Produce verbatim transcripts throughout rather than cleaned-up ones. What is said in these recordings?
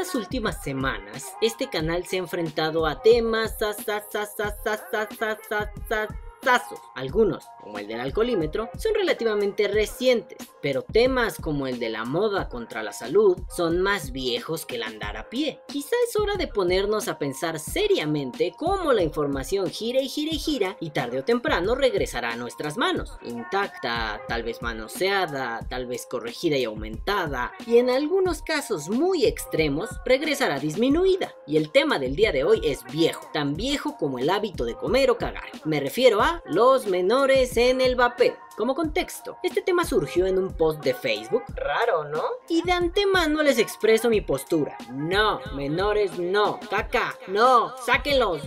estas últimas semanas, este canal se ha enfrentado a temas tazos. Algunos, como el del alcoholímetro, son relativamente recientes, pero temas como el de la moda contra la salud son más viejos que el andar a pie. Quizá es hora de ponernos a pensar seriamente cómo la información gira y gira y gira y tarde o temprano regresará a nuestras manos, intacta, tal vez manoseada, tal vez corregida y aumentada, y en algunos casos muy extremos regresará disminuida. Y el tema del día de hoy es viejo, tan viejo como el hábito de comer o cagar. Me refiero a los menores en el vapeo. Como contexto, este tema surgió en un post de Facebook, raro, ¿no? Y de antemano les expreso mi postura. No, menores no, caca, no, sáquenlos.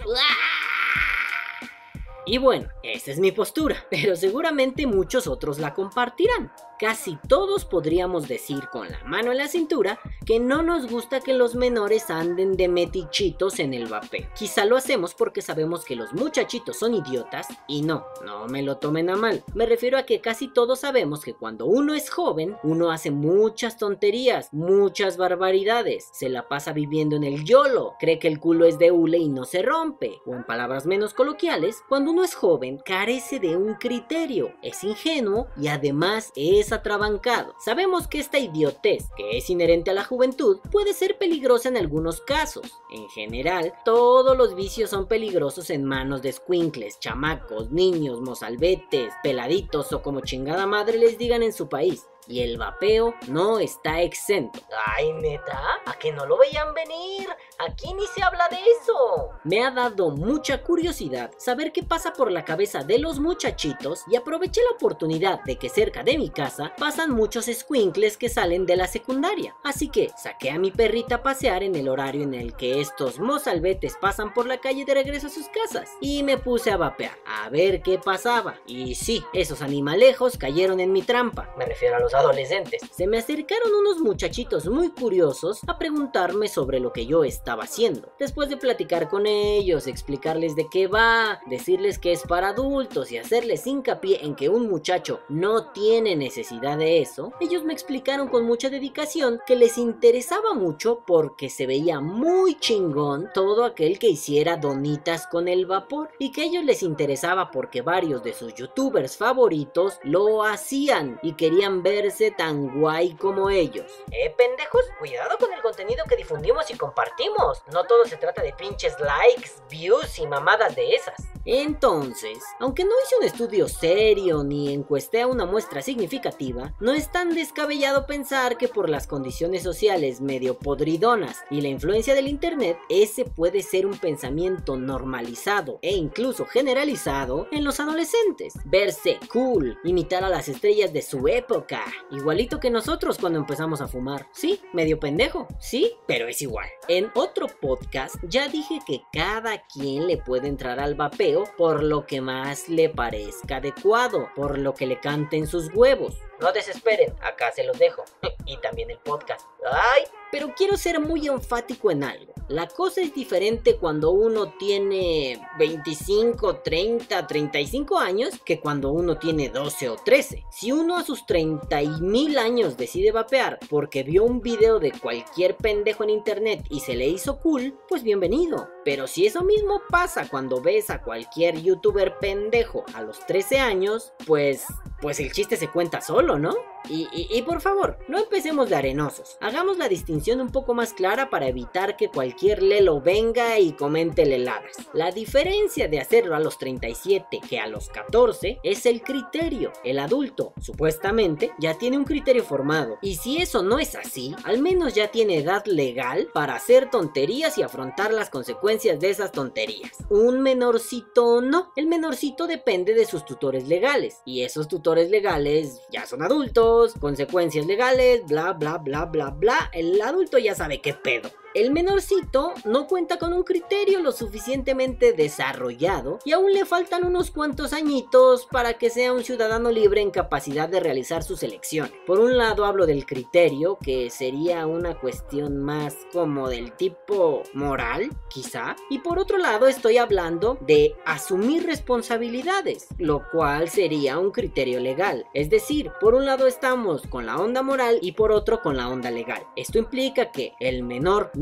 Y bueno, esa es mi postura, pero seguramente muchos otros la compartirán. Casi todos podríamos decir con la mano en la cintura que no nos gusta que los menores anden de metichitos en el vapeo. Quizá lo hacemos porque sabemos que los muchachitos son idiotas y no, no me lo tomen a mal. Me refiero a que casi todos sabemos que cuando uno es joven, uno hace muchas tonterías, muchas barbaridades. Se la pasa viviendo en el YOLO, cree que el culo es de hule y no se rompe. O en palabras menos coloquiales, cuando uno es joven, carece de un criterio, es ingenuo y además es atrabancado. Sabemos que esta idiotez, que es inherente a la juventud, puede ser peligrosa en algunos casos. En general, todos los vicios son peligrosos en manos de escuincles, chamacos, niños, mozalbetes, peladitos o como chingada madre les digan en su país. Y el vapeo no está exento. Ay, ¿neta? ¿A que no lo veían venir? Aquí ni se habla de eso. Me ha dado mucha curiosidad saber qué pasa por la cabeza de los muchachitos y aproveché la oportunidad de que cerca de mi casa pasan muchos escuincles que salen de la secundaria. Así que saqué a mi perrita a pasear en el horario en el que estos mozalbetes pasan por la calle de regreso a sus casas. Y me puse a vapear, a ver qué pasaba. Y sí, esos animalejos cayeron en mi trampa. Me refiero a los adolescentes. Se me acercaron unos muchachitos muy curiosos a preguntarme sobre lo que yo estaba haciendo. Después de platicar con ellos, explicarles de qué va, decirles que es para adultos y hacerles hincapié en que un muchacho no tiene necesidad de eso, ellos me explicaron con mucha dedicación que les interesaba mucho porque se veía muy chingón todo aquel que hiciera donitas con el vapor y que a ellos les interesaba porque varios de sus youtubers favoritos lo hacían y querían ver tan guay como ellos. Eh, pendejos, cuidado con el contenido que difundimos y compartimos. No todo se trata de pinches likes, views y mamadas de esas. Entonces, aunque no hice un estudio serio ni encuesté a una muestra significativa, no es tan descabellado pensar que por las condiciones sociales medio podridonas y la influencia del internet, ese puede ser un pensamiento normalizado e incluso generalizado en los adolescentes. Verse cool, imitar a las estrellas de su época, igualito que nosotros cuando empezamos a fumar. Sí, medio pendejo, sí, pero es igual. En otro podcast ya dije que cada quien le puede entrar al vapeo por lo que más le parezca adecuado, por lo que le canten sus huevos. No desesperen, acá se los dejo. Y también el podcast. ¡Ay! Pero quiero ser muy enfático en algo. La cosa es diferente cuando uno tiene veinticinco, treinta, treinta y cinco años que cuando uno tiene doce o trece. Si uno a sus treinta y mil años decide vapear porque vio un video de cualquier pendejo en internet y se le hizo cool, pues bienvenido. Pero si eso mismo pasa cuando ves a cualquier youtuber pendejo a los trece años, pues, pues el chiste se cuenta solo, ¿no? Y, y, y por favor, no empecemos de arenosos. Hagamos la distinción un poco más clara para evitar que cualquier lelo venga y comente leladas. La diferencia de hacerlo a los treinta y siete que a los catorce es el criterio. El adulto, supuestamente, ya tiene un criterio formado. Y si eso no es así, al menos ya tiene edad legal para hacer tonterías y afrontar las consecuencias de esas tonterías. Un menorcito no. El menorcito depende de sus tutores legales. Y esos tutores legales ya son adultos, consecuencias legales, bla bla bla bla bla. El adulto ya sabe qué pedo. El menorcito no cuenta con un criterio lo suficientemente desarrollado y aún le faltan unos cuantos añitos para que sea un ciudadano libre en capacidad de realizar sus elecciones. Por un lado hablo del criterio, que sería una cuestión más como del tipo moral, quizá, y por otro lado estoy hablando de asumir responsabilidades, lo cual sería un criterio legal. Es decir, por un lado estamos con la onda moral y por otro con la onda legal. Esto implica que el menor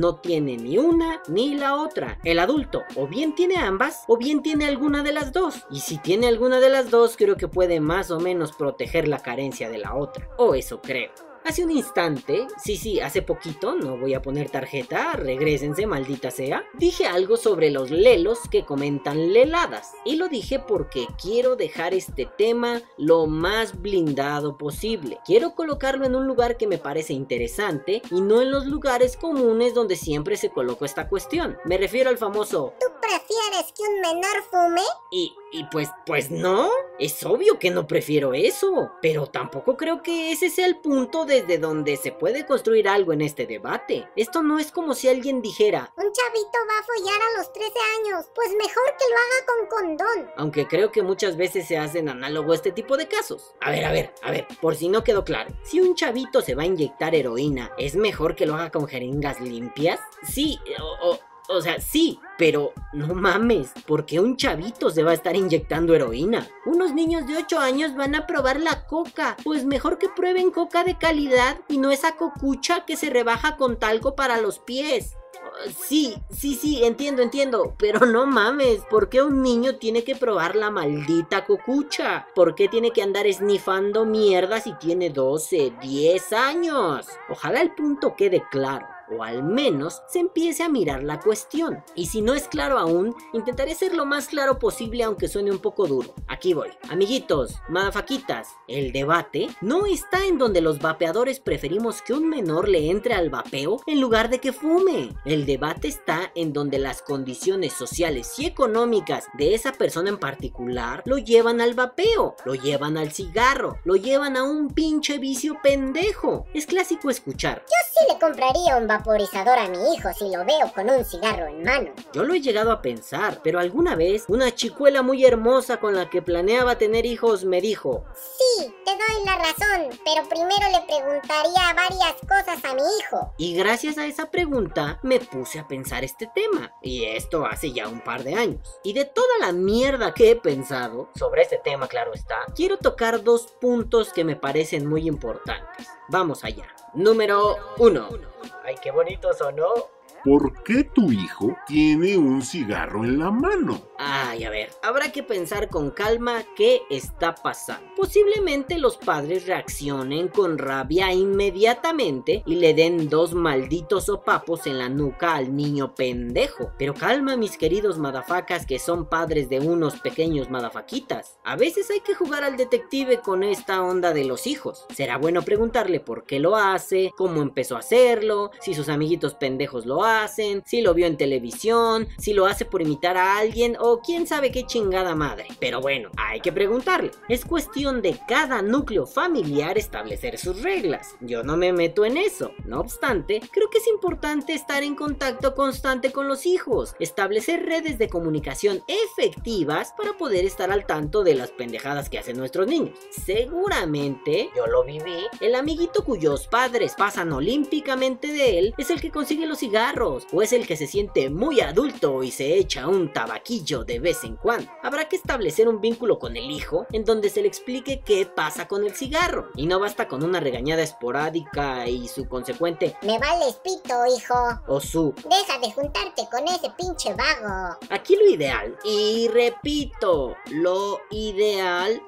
no tiene ni una ni la otra. El adulto o bien tiene ambas o bien tiene alguna de las dos. Y si tiene alguna de las dos, creo que puede más o menos proteger la carencia de la otra. O eso creo. Hace un instante, sí, sí, hace poquito, no voy a poner tarjeta, regrésense, maldita sea, dije algo sobre los lelos que comentan leladas. Y lo dije porque quiero dejar este tema lo más blindado posible. Quiero colocarlo en un lugar que me parece interesante y no en los lugares comunes donde siempre se coloca esta cuestión. Me refiero al famoso ¿tú prefieres que un menor fume? Y, y pues, pues no, es obvio que no prefiero eso, pero tampoco creo que ese sea el punto desde donde se puede construir algo en este debate. Esto no es como si alguien dijera un chavito va a follar a los trece años, pues mejor que lo haga con condón. Aunque creo que muchas veces se hacen análogo a este tipo de casos. A ver, a ver, a ver, por si no quedó claro, si un chavito se va a inyectar heroína, ¿es mejor que lo haga con jeringas limpias? Sí, o... o O sea, sí, pero no mames, ¿por qué un chavito se va a estar inyectando heroína? Unos niños de ocho años van a probar la coca, pues mejor que prueben coca de calidad y no esa cocucha que se rebaja con talco para los pies. Sí, sí, sí, entiendo, entiendo, pero no mames, ¿por qué un niño tiene que probar la maldita cocucha? ¿Por qué tiene que andar esnifando mierda si tiene doce, diez años? Ojalá el punto quede claro. O al menos se empiece a mirar la cuestión. Y si no es claro aún, intentaré ser lo más claro posible aunque suene un poco duro. Aquí voy. Amiguitos, madafaquitas, el debate no está en donde los vapeadores preferimos que un menor le entre al vapeo en lugar de que fume. El debate está en donde las condiciones sociales y económicas de esa persona en particular lo llevan al vapeo, lo llevan al cigarro, lo llevan a un pinche vicio pendejo. Es clásico escuchar: yo sí le compraría un vapeador vaporizador a mi hijo si lo veo con un cigarro en mano. Yo lo he llegado a pensar, pero alguna vez una chicuela muy hermosa con la que planeaba tener hijos me dijo: sí, te doy la razón, pero primero le preguntaría varias cosas a mi hijo. Y gracias a esa pregunta me puse a pensar este tema, y esto hace ya un par de años. Y de toda la mierda que he pensado sobre este tema, claro está, quiero tocar dos puntos que me parecen muy importantes. Vamos allá. Número uno. Ay, qué bonito sonó. ¿Por qué tu hijo tiene un cigarro en la mano? Ay, a ver, habrá que pensar con calma qué está pasando. Posiblemente los padres reaccionen con rabia inmediatamente y le den dos malditos sopapos en la nuca al niño pendejo. Pero calma, mis queridos madafacas que son padres de unos pequeños madafaquitas. A veces hay que jugar al detective con esta onda de los hijos. Será bueno preguntarle por qué lo hace, cómo empezó a hacerlo, si sus amiguitos pendejos lo hacen. hacen, si lo vio en televisión, si lo hace por imitar a alguien o quién sabe qué chingada madre. Pero bueno, hay que preguntarle. Es cuestión de cada núcleo familiar establecer sus reglas. Yo no me meto en eso. No obstante, creo que es importante estar en contacto constante con los hijos, establecer redes de comunicación efectivas para poder estar al tanto de las pendejadas que hacen nuestros niños. Seguramente, yo lo viví, el amiguito cuyos padres pasan olímpicamente de él es el que consigue los cigarros, o es el que se siente muy adulto y se echa un tabaquillo de vez en cuando. Habrá que establecer un vínculo con el hijo en donde se le explique qué pasa con el cigarro, y no basta con una regañada esporádica y su consecuente me vales pito, hijo, o su deja de juntarte con ese pinche vago. Aquí lo ideal, y repito, lo ideal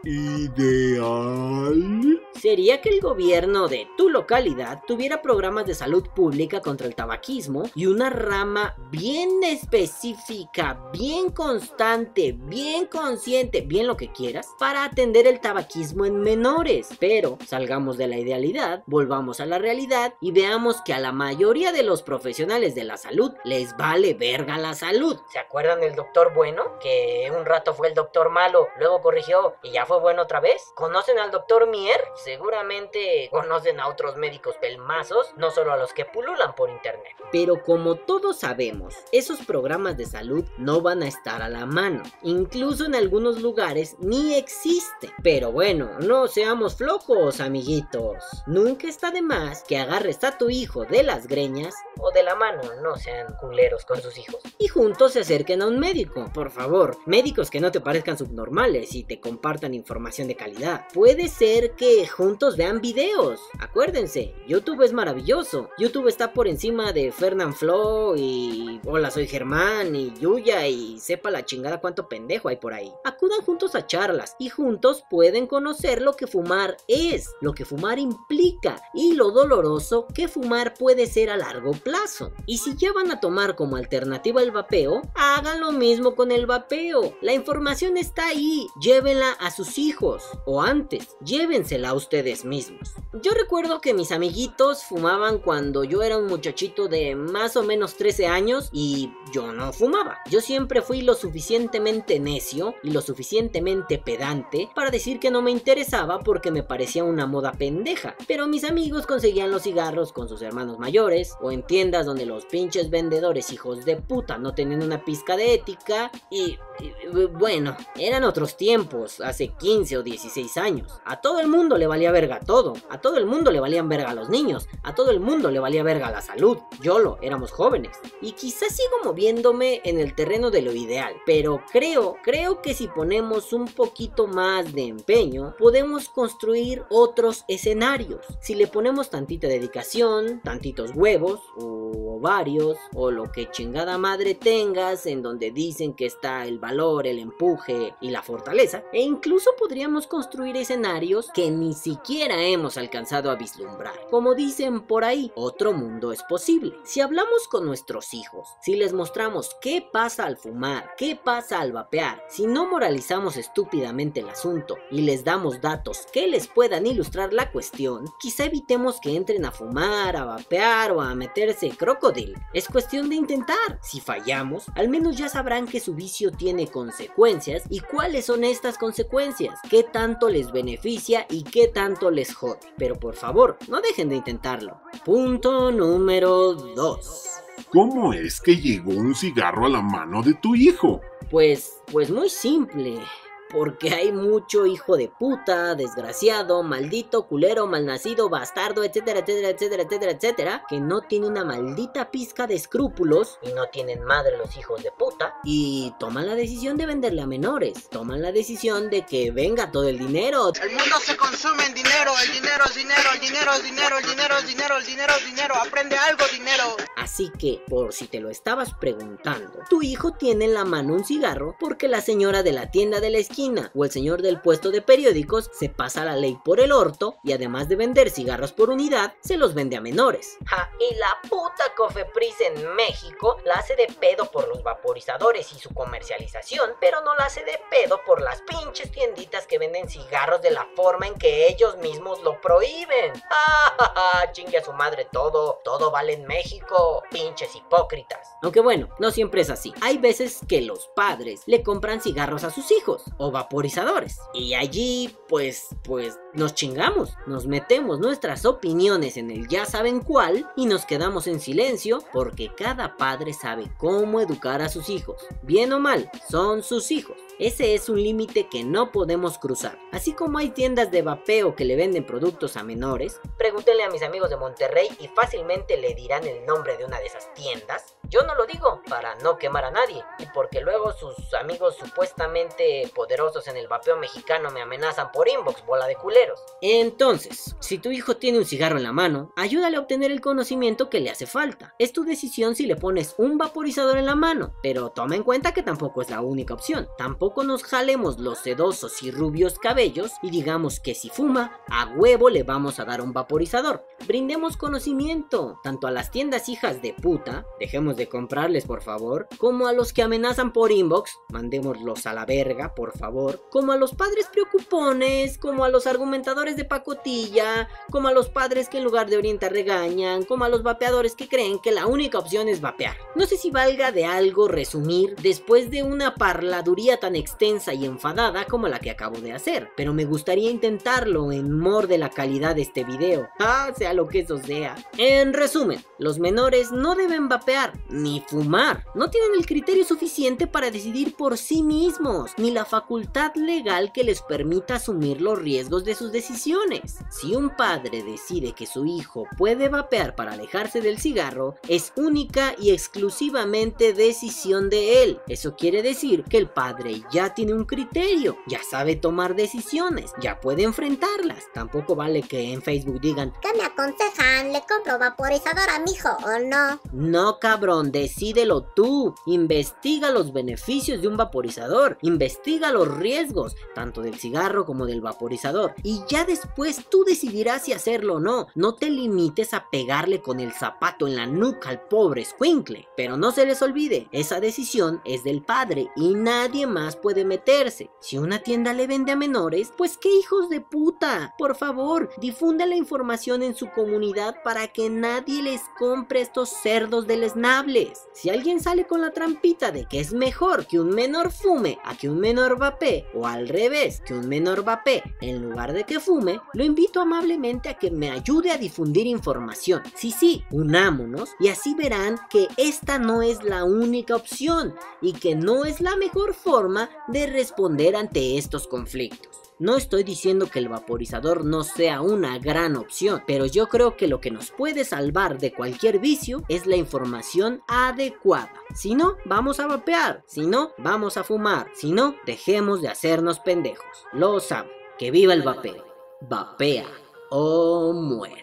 ¿Ideal? sería que el gobierno de tu localidad tuviera programas de salud pública contra el tabaquismo y una rama bien específica, bien constante, bien consciente, bien lo que quieras, para atender el tabaquismo en menores. Pero salgamos de la idealidad, volvamos a la realidad y veamos que a la mayoría de los profesionales de la salud les vale verga la salud. ¿Se acuerdan del doctor bueno? Que un rato fue el doctor malo, luego corrigió y ya fue bueno otra vez. ¿Conocen al doctor Mier? Seguramente conocen a otros médicos pelmazos, no solo a los que pululan por internet. Pero como todos sabemos, esos programas de salud no van a estar a la mano. Incluso en algunos lugares ni existen. Pero bueno, no seamos flojos, amiguitos. Nunca está de más que agarres a tu hijo de las greñas o de la mano, no sean culeros con sus hijos, y juntos se acerquen a un médico. Por favor, médicos que no te parezcan subnormales y te compartan información de calidad. Puede ser que juntos vean videos. Acuérdense, YouTube es maravilloso. YouTube está por encima de Fernand Flo y hola soy Germán y Yuya y sepa la chingada cuánto pendejo hay por ahí. Acudan juntos a charlas y juntos pueden conocer lo que fumar es, lo que fumar implica y lo doloroso que fumar puede ser a largo plazo. Y si ya van a tomar como alternativa el vapeo, hagan lo mismo con el vapeo. La información está ahí, llévenla a sus hijos o antes, llévensela a ustedes mismos. Yo recuerdo que mis amiguitos fumaban cuando yo era un muchachito de más o menos trece años y yo no fumaba. Yo siempre fui lo suficientemente necio y lo suficientemente pedante para decir que no me interesaba porque me parecía una moda pendeja, pero mis amigos conseguían los cigarros con sus hermanos mayores o en tiendas donde los pinches vendedores hijos de puta no tenían una pizca de ética y, y bueno, eran otros tiempos, hace quince o dieciséis años. A todo el mundo le valía verga todo, a todo el mundo le valían verga los niños, a todo el mundo le valía verga la salud. YOLO, éramos jóvenes y quizás sigo moviéndome en el terreno de lo ideal, pero creo, creo que si ponemos un poquito más de empeño podemos construir otros escenarios. Si le ponemos tantita dedicación, tantitos huevos o ovarios o lo que chingada madre tengas en donde dicen que está el valor, el empuje y la fortaleza, e incluso podríamos construir escenarios que ni siquiera hemos alcanzado a vislumbrar. Como dicen por ahí, otro mundo es posible. Si hablamos con nuestros hijos, si les mostramos qué pasa al fumar, qué pasa al vapear, si no moralizamos estúpidamente el asunto y les damos datos que les puedan ilustrar la cuestión, quizá evitemos que entren a fumar, a vapear o a meterse crocodile. Es cuestión de intentar. Si fallamos, al menos ya sabrán que su vicio tiene consecuencias y cuáles son estas consecuencias, qué tanto les beneficia y qué tanto les jode. Pero por favor, no dejen de intentarlo. Punto número dos. ¿Cómo es que llegó un cigarro a la mano de tu hijo? Pues, pues muy simple. Porque hay mucho hijo de puta, desgraciado, maldito, culero, malnacido, bastardo, etcétera, etcétera, etcétera, etcétera, etcétera, que no tiene una maldita pizca de escrúpulos y no tienen madre los hijos de puta y toman la decisión de venderle a menores, toman la decisión de que venga todo el dinero. El mundo se consume en dinero, el dinero es dinero, el dinero es dinero, el dinero es dinero, el dinero es dinero, aprende algo, dinero. Así que, por si te lo estabas preguntando, tu hijo tiene en la mano un cigarro porque la señora de la tienda de la esquina o el señor del puesto de periódicos se pasa la ley por el orto y además de vender cigarros por unidad, se los vende a menores. Ja, y la puta Cofepris en México la hace de pedo por los vaporizadores y su comercialización, pero no la hace de pedo por las pinches tienditas que venden cigarros de la forma en que ellos mismos lo prohíben. ¡Ah, ja, ja! Chingue a su madre todo, todo vale en México, pinches hipócritas. Aunque bueno, no siempre es así. Hay veces que los padres le compran cigarros a sus hijos o vaporizadores y allí pues pues nos chingamos, nos metemos nuestras opiniones en el ya saben cuál y nos quedamos en silencio porque cada padre sabe cómo educar a sus hijos, bien o mal, son sus hijos. Ese es un límite que no podemos cruzar. Así como hay tiendas de vapeo que le venden productos a menores, pregúntenle a mis amigos de Monterrey y fácilmente le dirán el nombre de una de esas tiendas. Yo no lo digo para no quemar a nadie y porque luego sus amigos supuestamente poderosos en el vapeo mexicano me amenazan por inbox, bola de culeros. Entonces, si tu hijo tiene un cigarro en la mano, ayúdale a obtener el conocimiento que le hace falta. Es tu decisión si le pones un vaporizador en la mano, pero toma en cuenta que tampoco es la única opción. Tampoco nos jalemos los sedosos y rubios cabellos y digamos que si fuma, a huevo le vamos a dar un vaporizador. Brindemos conocimiento, tanto a las tiendas hijas de puta, dejemos de comprarles por favor, como a los que amenazan por inbox, mandémoslos a la verga por favor, como a los padres preocupones, como a los argumentadores de pacotilla, como a los padres que en lugar de orientar regañan, como a los vapeadores que creen que la única opción es vapear. No sé si valga de algo resumir después de una parladuría tan extensa y enfadada como la que acabo de hacer, pero me gustaría intentarlo en mor de la calidad de este video, ah, sea lo que eso sea. En resumen, los menores no deben vapear, ni fumar, no tienen el criterio suficiente para decidir por sí mismos, ni la facultad legal que les permita asumir los riesgos de sus decisiones. Si un padre decide que su hijo puede vapear para alejarse del cigarro, es única y exclusivamente decisión de él. Eso quiere decir que el padre ya tiene un criterio, ya sabe tomar decisiones, ya puede enfrentarlas. Tampoco vale que en Facebook digan: ¿qué me aconsejan? ¿Le compro vaporizador a mi hijo o no? No, cabrón, decídelo tú. Investiga los beneficios de un vaporizador, investiga los riesgos, tanto del cigarro como del vaporizador, y ya después tú decidirás si hacerlo o no. No te limites a pegarle con el zapato en la nuca al pobre escuincle. Pero no se les olvide, esa decisión es del padre y nadie más puede meterse. Si una tienda le vende a menores, pues qué hijos de puta. Por favor, difunde la información en su comunidad para que nadie les compre estos cerdos deleznables. Si alguien sale con la trampita de que es mejor que un menor fume a que un menor vapee, o al revés, que un menor vapee en lugar de que fume, lo invito amablemente a que me ayude a difundir información. Sí, sí, unámonos y así verán que esta no es la única opción y que no es la mejor forma de responder ante estos conflictos. No estoy diciendo que el vaporizador no sea una gran opción, pero yo creo que lo que nos puede salvar de cualquier vicio es la información adecuada. Si no, vamos a vapear. Si no, vamos a fumar. Si no, dejemos de hacernos pendejos. Los amo. Que viva el vapeo. Vapea o muere.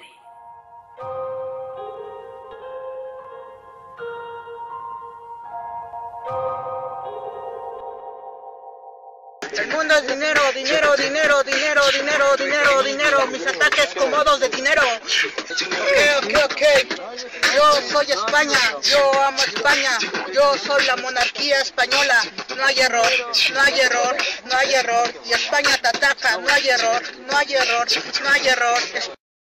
El mundo es dinero, dinero, dinero, dinero, dinero, dinero, dinero. Mis ataques cómodos de dinero. Ok, ok, ok. Yo soy España, yo amo España. Yo soy la monarquía española. No hay error, no hay error, no hay error. Y España te ataca, no hay error, no hay error, no hay error.